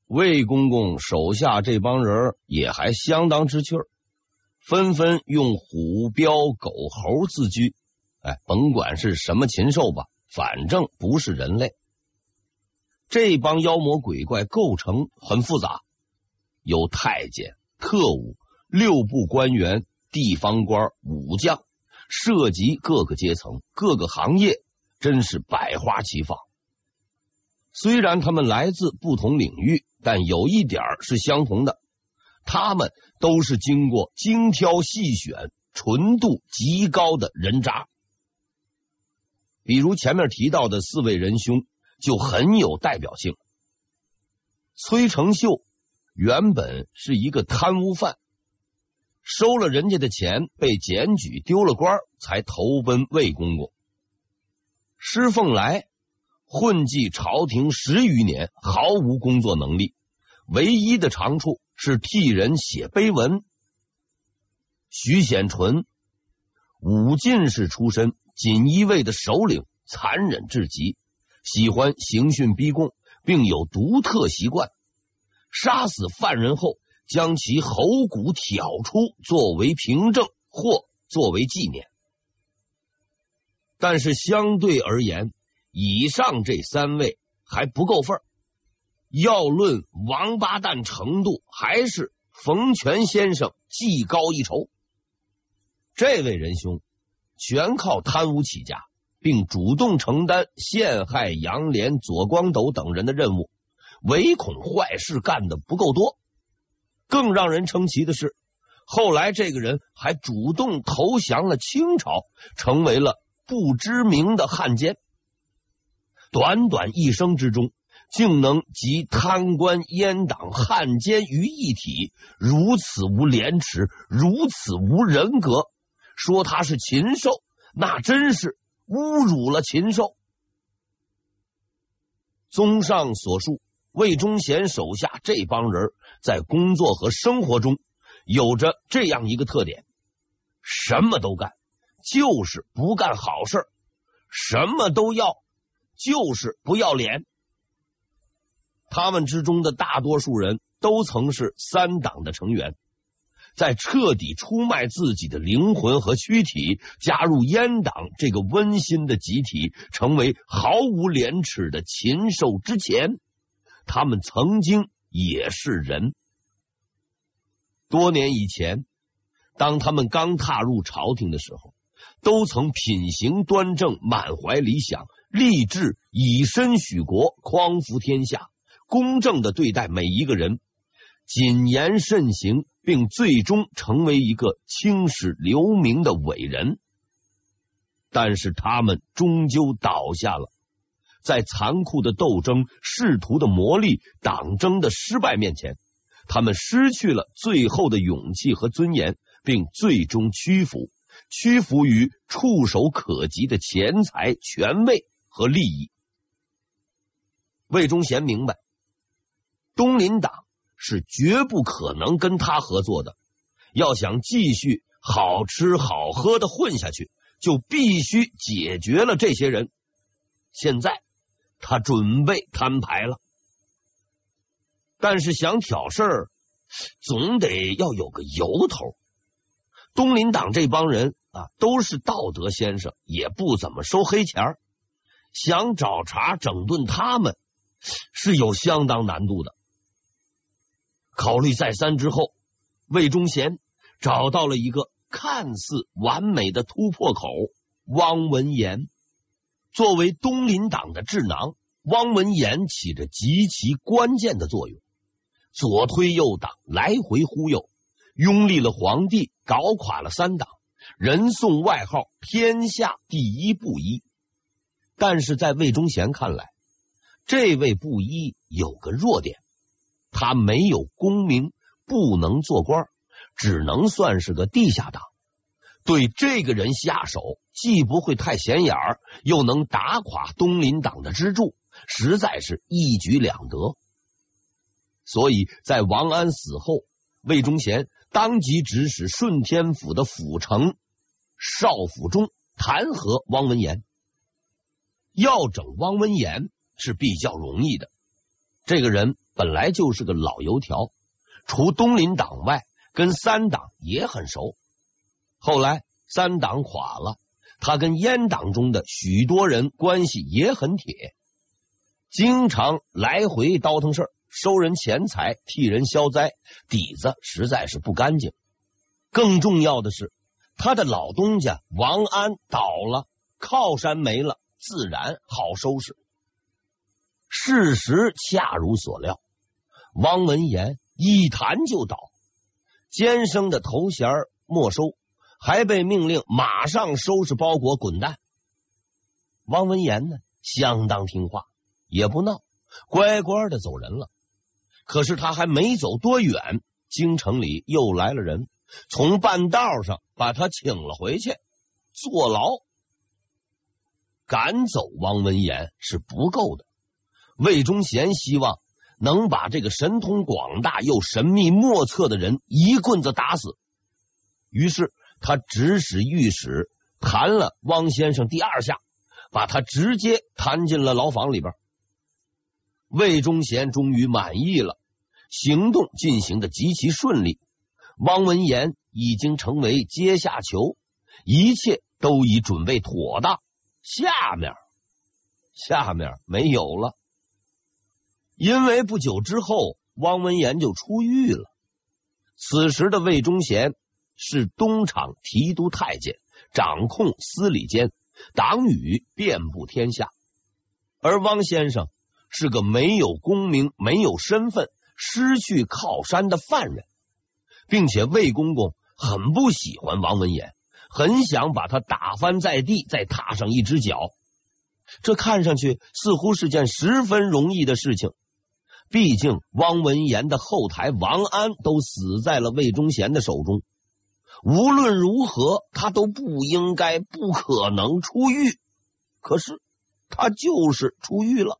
魏公公手下这帮人也还相当知趣儿，纷纷用虎、彪、狗、猴自居。甭管是什么禽兽吧，反正不是人类。这帮妖魔鬼怪构成很复杂，有太监、特务、六部官员、地方官、武将，涉及各个阶层、各个行业，真是百花齐放。虽然他们来自不同领域，但有一点是相同的，他们都是经过精挑细选、纯度极高的人渣。比如前面提到的4位仁兄就很有代表性。崔成秀原本是一个贪污犯，收了人家的钱，被检举丢了官，才投奔魏公公。施凤来混迹朝廷10余年，毫无工作能力，唯一的长处是替人写碑文。徐显纯武进士出身，锦衣卫的首领，残忍至极，喜欢刑讯逼供，并有独特习惯，杀死犯人后将其喉骨挑出作为凭证或作为纪念。但是相对而言，以上这3位还不够份儿，要论王八蛋程度，还是冯全先生技高一筹。这位仁兄全靠贪污起家，并主动承担陷害杨涟、左光斗等人的任务，唯恐坏事干得不够多。更让人称奇的是，后来这个人还主动投降了清朝，成为了不知名的汉奸。短短一生之中，竟能集贪官、阉党、汉奸于一体，如此无廉耻，如此无人格。说他是禽兽，那真是侮辱了禽兽。综上所述，魏忠贤手下这帮人在工作和生活中有着这样一个特点：什么都干，就是不干好事；什么都要，就是不要脸。他们之中的大多数人都曾是3党的成员，在彻底出卖自己的灵魂和躯体，加入阉党这个温馨的集体，成为毫无廉耻的禽兽之前，他们曾经也是人。多年以前，当他们刚踏入朝廷的时候，都曾品行端正，满怀理想，立志以身许国，匡扶天下，公正的对待每一个人，谨言慎行，并最终成为一个青史留名的伟人。但是他们终究倒下了，在残酷的斗争、仕途的磨砺、党争的失败面前，他们失去了最后的勇气和尊严，并最终屈服于触手可及的钱财、权位和利益。魏忠贤明白，东林党是绝不可能跟他合作的，要想继续好吃好喝的混下去，就必须解决了这些人。现在他准备摊牌了，但是想挑事儿，总得要有个由头。东林党这帮人都是道德先生，也不怎么收黑钱儿，想找茬整顿他们是有相当难度的。考虑再三之后，魏忠贤找到了一个看似完美的突破口——汪文言。作为东林党的智囊，汪文言起着极其关键的作用，左推右挡，来回忽悠，拥立了皇帝，搞垮了3党，人送外号天下第一布衣。但是在魏忠贤看来，这位布衣有个弱点，他没有功名，不能做官，只能算是个地下党。对这个人下手，既不会太显眼儿，又能打垮东林党的支柱，实在是一举两得。所以在王安死后，魏忠贤当即指使顺天府的府丞邵府中弹劾汪文言。要整汪文言是比较容易的， 这个人本来就是个老油条，除东林党外，跟三党也很熟。后来三党垮了，他跟阉党中的许多人关系也很铁，经常来回倒腾事儿，收人钱财，替人消灾，底子实在是不干净。更重要的是，他的老东家王安倒了，靠山没了，自然好收拾。事实恰如所料，汪文言一谈就倒，监生的头衔没收，还被命令马上收拾包裹滚蛋。汪文言呢，相当听话，也不闹，乖乖的走人了。可是他还没走多远，京城里又来了人，从半道上把他请了回去，坐牢。赶走汪文言是不够的，魏忠贤希望能把这个神通广大又神秘莫测的人一棍子打死。于是他指使御史弹了汪先生第二下，把他直接弹进了牢房里边。魏忠贤终于满意了，行动进行的极其顺利。汪文言已经成为阶下囚，一切都已准备妥当，下面没有了。因为不久之后，汪文言就出狱了。此时的魏忠贤是东厂提督太监，掌控司礼监，党羽遍布天下。而汪先生是个没有功名、没有身份、失去靠山的犯人，并且魏公公很不喜欢王文言，很想把他打翻在地，再踏上一只脚。这看上去似乎是件十分容易的事情，毕竟汪文言的后台王安都死在了魏忠贤的手中，无论如何他都不应该、不可能出狱。可是他就是出狱了。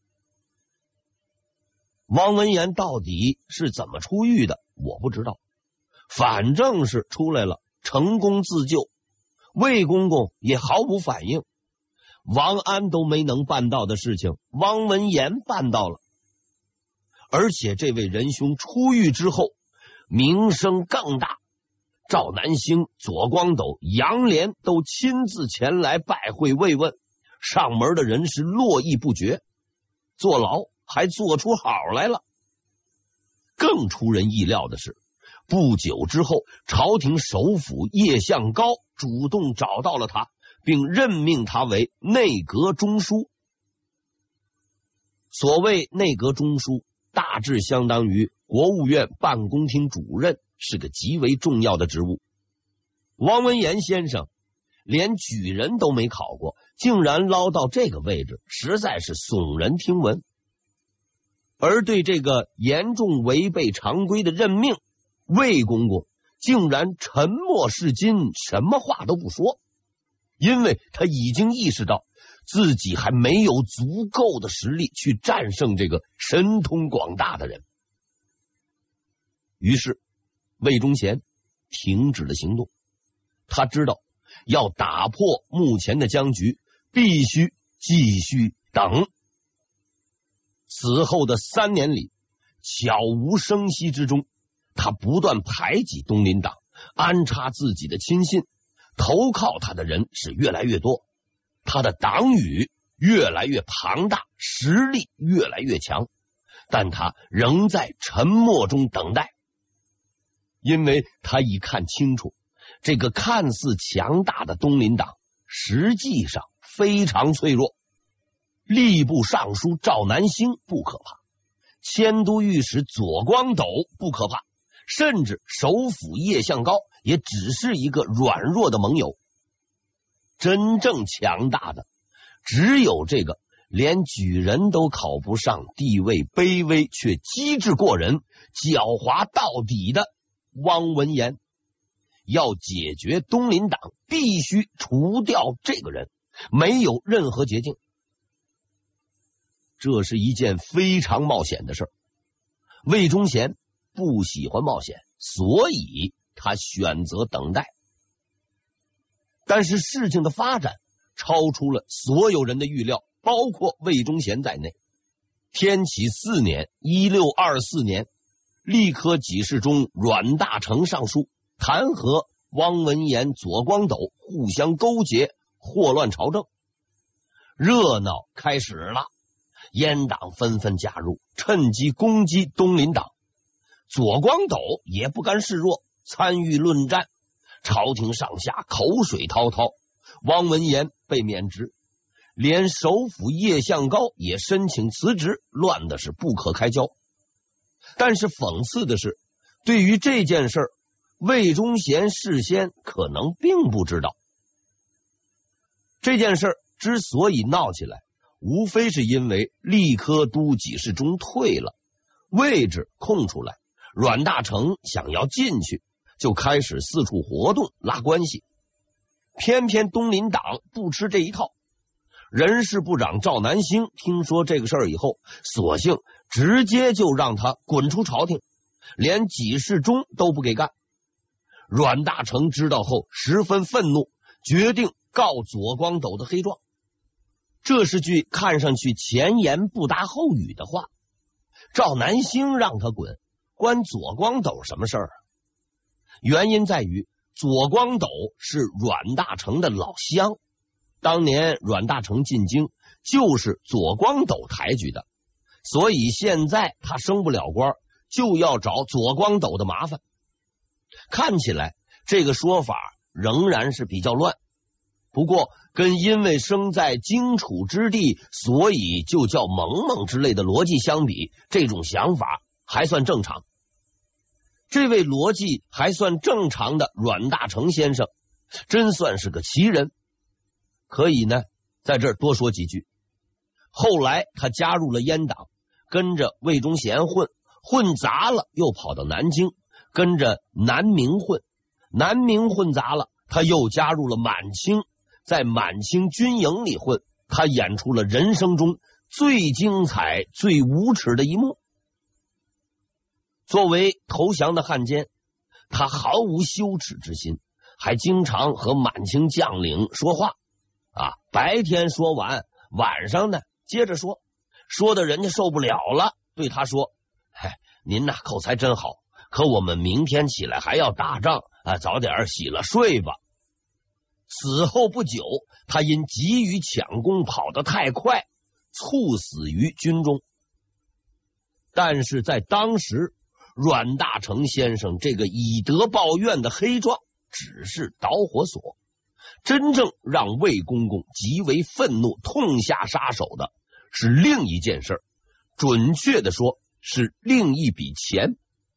汪文言到底是怎么出狱的，我不知道，反正是出来了，成功自救。魏公公也毫无反应，王安都没能办到的事情，汪文言办到了。而且这位仁兄出狱之后名声更大，赵南星、左光斗、杨涟都亲自前来拜会慰问，上门的人是络绎不绝，坐牢还做出好来了。更出人意料的是，不久之后，朝廷首辅叶向高主动找到了他，并任命他为内阁中书。所谓内阁中书，大致相当于国务院办公厅主任，是个极为重要的职务。汪文言先生连举人都没考过，竟然捞到这个位置，实在是耸人听闻。而对这个严重违背常规的任命，魏公公竟然沉默是金，什么话都不说，因为他已经意识到自己还没有足够的实力去战胜这个神通广大的人。于是魏忠贤停止了行动，他知道要打破目前的僵局，必须继续等。此后的3年里，悄无声息之中，他不断排挤东林党，安插自己的亲信，投靠他的人是越来越多，他的党羽越来越庞大，实力越来越强，但他仍在沉默中等待，因为他已看清楚，这个看似强大的东林党实际上非常脆弱。吏部尚书赵南星不可怕，迁都御史左光斗不可怕，甚至首辅叶向高也只是一个软弱的盟友。真正强大的只有这个连举人都考不上，地位卑微却机智过人，狡猾到底的汪文言。要解决东林党，必须除掉这个人，没有任何捷径。这是一件非常冒险的事儿。魏忠贤不喜欢冒险，所以他选择等待。但是事情的发展超出了所有人的预料，包括魏忠贤在内。 天启4年1624年，吏科给事中阮大铖上书弹劾汪文言、左光斗互相勾结，祸乱朝政。热闹开始了，阉党纷纷加入，趁机攻击东林党。左光斗也不甘示弱，参与论战，朝廷上下口水滔滔。汪文言被免职，连首辅叶向高也申请辞职，乱的是不可开交。但是讽刺的是，对于这件事魏忠贤事先可能并不知道。这件事之所以闹起来，无非是因为吏科都给事中退了，位置空出来，阮大铖想要进去，就开始四处活动拉关系。偏偏东林党不吃这一套，人事部长赵南星听说这个事儿以后，索性直接就让他滚出朝廷，连给事中都不给干。阮大铖知道后十分愤怒，决定告左光斗的黑状。这是句看上去前言不搭后语的话。赵南星让他滚，关左光斗什么事儿啊？原因在于左光斗是阮大铖的老乡，当年阮大铖进京就是左光斗抬举的，所以现在他升不了官，就要找左光斗的麻烦。看起来这个说法仍然是比较乱，不过跟因为生在荆楚之地，所以就叫蒙蒙之类的逻辑相比，这种想法还算正常。这位逻辑还算正常的阮大铖先生真算是个奇人。可以呢，在这儿多说几句。后来他加入了阉党，跟着魏忠贤混杂了，又跑到南京跟着南明混，南明混杂了，他又加入了满清，在满清军营里混，他演出了人生中最精彩最无耻的一幕。作为投降的汉奸，他毫无羞耻之心，还经常和满清将领说话白天说完，晚上呢接着说，说的人家受不了了，对他说：您呐口才真好，可我们明天起来还要打仗早点洗了睡吧。死后不久，他因急于抢功跑得太快，猝死于军中。但是在当时，阮大铖先生这个以德报怨的黑状只是导火索，真正让魏公公极为愤怒痛下杀手的是另一件事，准确的说是另一笔钱。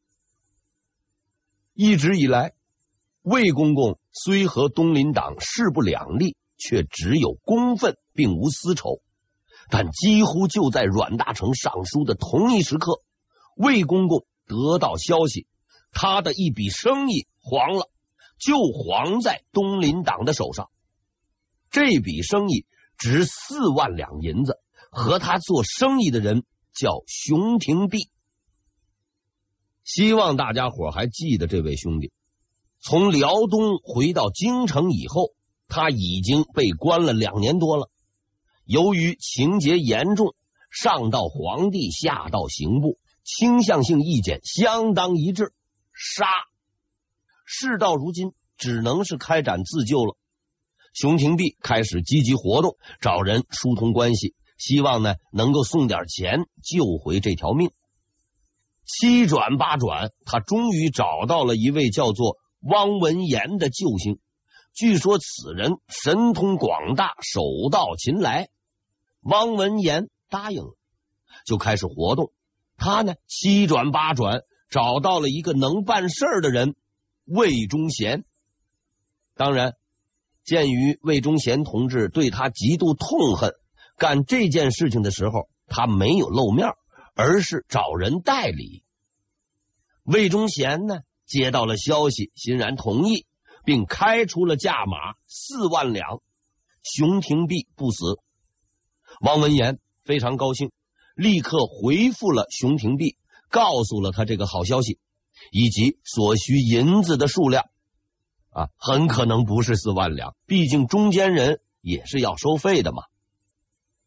一直以来，魏公公虽和东林党势不两立，却只有公愤并无私仇。但几乎就在阮大铖上书的同一时刻，魏公公得到消息，他的一笔生意黄了，就黄在东林党的手上。这笔生意值4万两银子，和他做生意的人叫熊廷弼。希望大家伙还记得这位兄弟。从辽东回到京城以后，他已经被关了2年多了。由于情节严重，上到皇帝下到刑部，倾向性意见相当一致，杀。事到如今只能是开展自救了。熊廷弼开始积极活动，找人疏通关系，希望呢能够送点钱救回这条命。7转8转，他终于找到了一位叫做汪文言的救星。据说此人神通广大，手到擒来。汪文言答应了，就开始活动。他呢7转8转，找到了一个能办事的人，魏忠贤。当然，鉴于魏忠贤同志对他极度痛恨，干这件事情的时候他没有露面，而是找人代理。魏忠贤呢接到了消息，欣然同意，并开出了价码4万两。熊廷弼不死。汪文言非常高兴，立刻回复了熊廷弼，告诉了他这个好消息以及所需银子的数量。很可能不是4万两，毕竟中间人也是要收费的嘛。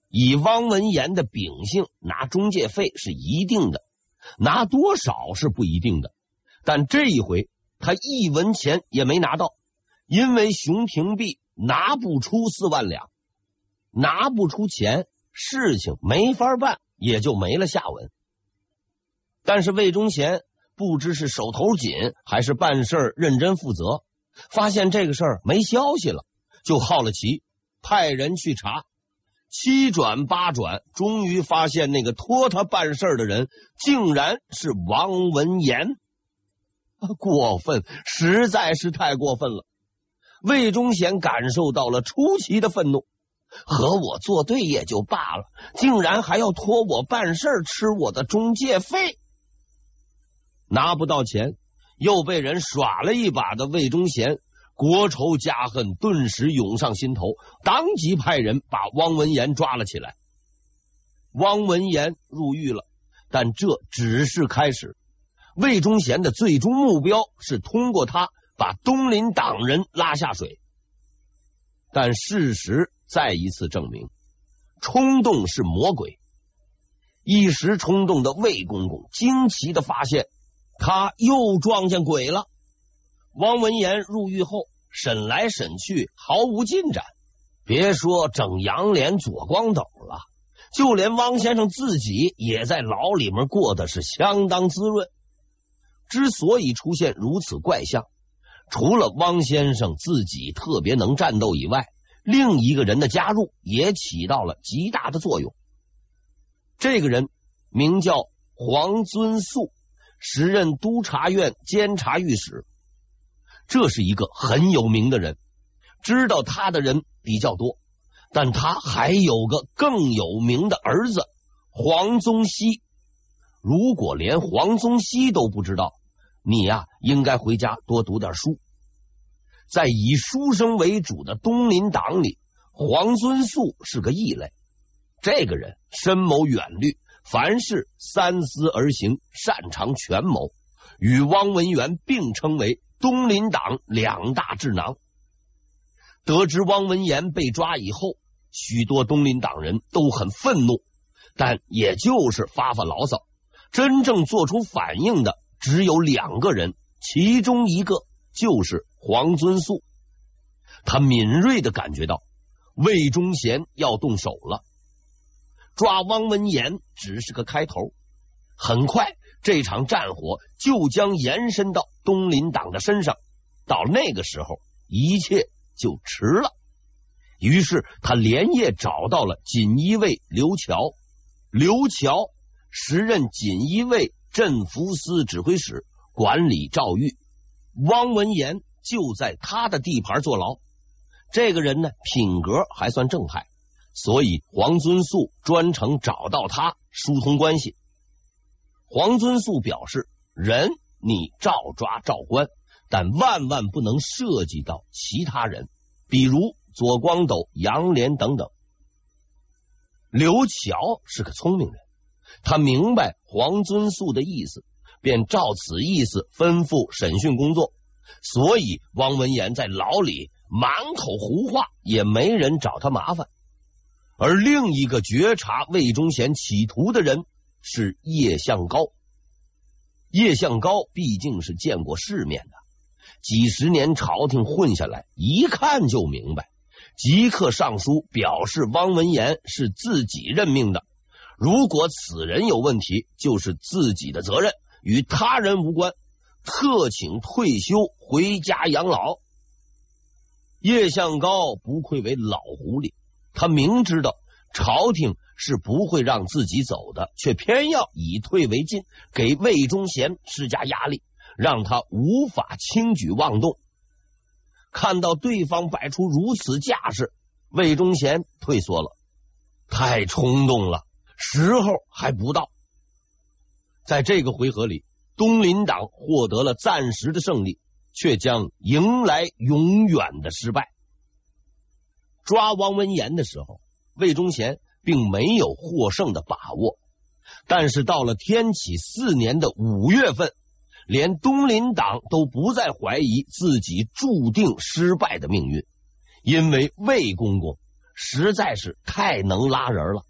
以汪文言的秉性，拿中介费是一定的，拿多少是不一定的。但这一回他一文钱也没拿到，因为熊廷弼拿不出4万两，拿不出钱，事情没法办，也就没了下文。但是魏忠贤不知是手头紧还是办事认真负责，发现这个事儿没消息了，就好了奇，派人去查。7转8转，终于发现那个托他办事的人竟然是汪文言。过分，实在是太过分了。魏忠贤感受到了出奇的愤怒，和我作对也就罢了，竟然还要托我办事吃我的中介费。拿不到钱，又被人耍了一把的魏忠贤，国仇家恨顿时涌上心头，当即派人把汪文言抓了起来。汪文言入狱了，但这只是开始。魏忠贤的最终目标是通过他把东林党人拉下水。但事实再一次证明，冲动是魔鬼。一时冲动的魏公公惊奇地发现，他又撞见鬼了。汪文言入狱后，审来审去毫无进展，别说整杨连左光斗了，就连汪先生自己也在牢里面过得是相当滋润。之所以出现如此怪象，除了汪先生自己特别能战斗以外，另一个人的加入也起到了极大的作用。这个人名叫黄遵素，时任督察院监察御史。这是一个很有名的人，知道他的人比较多，但他还有个更有名的儿子黄宗羲。如果连黄宗羲都不知道，你应该回家多读点书。在以书生为主的东林党里，黄遵素是个异类。这个人深谋远虑，凡事三思而行，擅长权谋，与汪文元并称为东林党2大智囊。得知汪文言被抓以后，许多东林党人都很愤怒，但也就是发发牢骚，真正做出反应的只有2个人，其中一个就是黄遵素。他敏锐地感觉到魏忠贤要动手了，抓汪文言只是个开头，很快这场战火就将延伸到东林党的身上，到那个时候一切就迟了。于是他连夜找到了锦衣卫刘乔，刘乔时任锦衣卫镇抚司指挥使，管理诏狱。汪文言就在他的地盘坐牢。这个人呢，品格还算正派，所以黄遵素专程找到他疏通关系。黄遵素表示，人你照抓照关，但万万不能涉及到其他人，比如左光斗、杨连等等。刘乔是个聪明人，他明白黄遵素的意思，便照此意思吩咐审讯工作。所以汪文言在牢里满口胡话，也没人找他麻烦。而另一个觉察魏忠贤企图的人是叶向高。叶向高毕竟是见过世面的，几十年朝廷混下来，一看就明白，即刻上书表示汪文言是自己任命的，如果此人有问题，就是自己的责任，与他人无关，特请退休回家养老。叶向高不愧为老狐狸，他明知道朝廷是不会让自己走的，却偏要以退为进，给魏忠贤施加压力，让他无法轻举妄动。看到对方摆出如此架势，魏忠贤退缩了，太冲动了，时候还不到。在这个回合里，东林党获得了暂时的胜利，却将迎来永远的失败。抓汪文言的时候，魏忠贤并没有获胜的把握，但是到了天启4年的5月份，连东林党都不再怀疑自己注定失败的命运，因为魏公公实在是太能拉人了。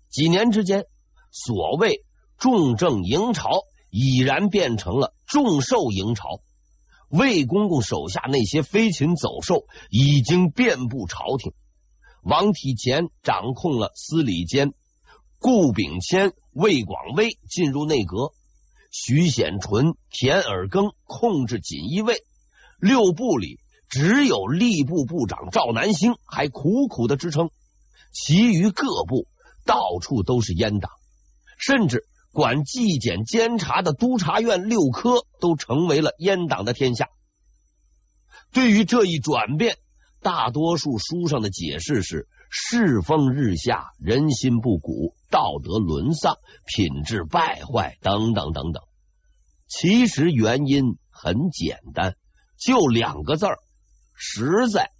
几年之间，所谓重政营朝已然变成了重授营朝。魏公公手下那些飞禽走兽已经遍布朝廷。王体乾掌控了司礼监，顾秉谦、魏广微进入内阁，徐显纯、田尔庚控制锦衣卫。六部里只有吏部部长赵南星还苦苦的支撑，其余各部到处都是阉党，甚至管纪检监察的督察院六科都成为了阉党的天下。对于这一转变，大多数书上的解释是世风日下，人心不古，道德沦丧，品质败坏等等等等。其实原因很简单，就2个字儿：实在。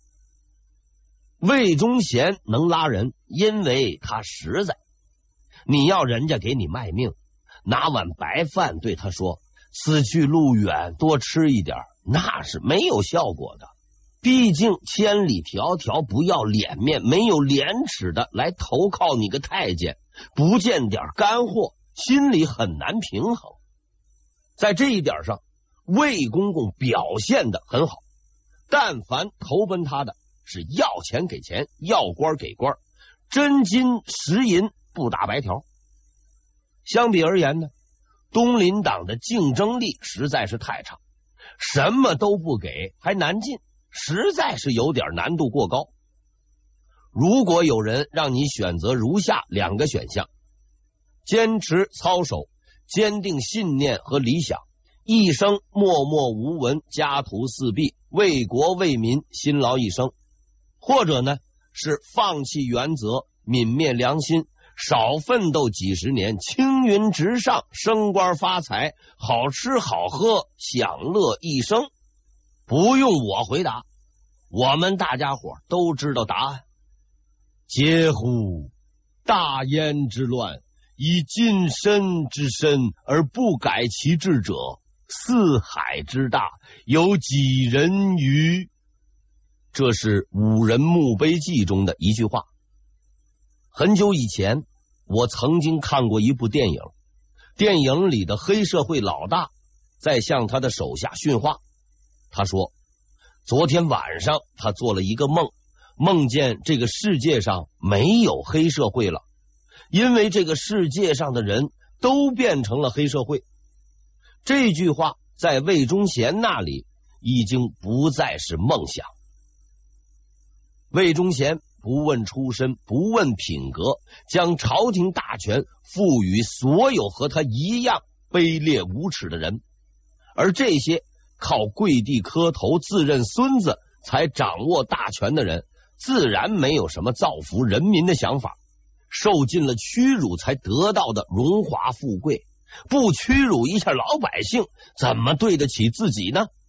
魏忠贤能拉人，因为他实在。你要人家给你卖命，拿碗白饭对他说此去路远，多吃一点，那是没有效果的。毕竟千里迢迢不要脸面，没有廉耻的来投靠你个太监，不见点干货，心里很难平衡。在这一点上，魏公公表现得很好，但凡投奔他的是要钱给钱，要官给官，真金实银，不打白条。相比而言呢，东林党的竞争力实在是太差，什么都不给还难进，实在是有点难度过高。如果有人让你选择如下2个选项：坚持操守，坚定信念和理想，一生默默无闻，家徒四壁，为国为民辛劳一生；或者呢是放弃原则，泯灭良心，少奋斗几十年，青云直上，升官发财，好吃好喝，享乐一生。不用我回答，我们大家伙都知道答案。嗟乎！大燕之乱，以近身之身而不改其志者，四海之大，有几人于？这是五人墓碑记中的一句话。很久以前，我曾经看过一部电影，电影里的黑社会老大在向他的手下训话。他说，昨天晚上他做了一个梦，梦见这个世界上没有黑社会了，因为这个世界上的人都变成了黑社会。这句话在魏忠贤那里已经不再是梦想。魏忠贤不问出身，不问品格，将朝廷大权赋予所有和他一样卑劣无耻的人，而这些靠跪地磕头自认孙子才掌握大权的人，自然没有什么造福人民的想法，受尽了屈辱才得到的荣华富贵，不屈辱一下老百姓，怎么对得起自己呢？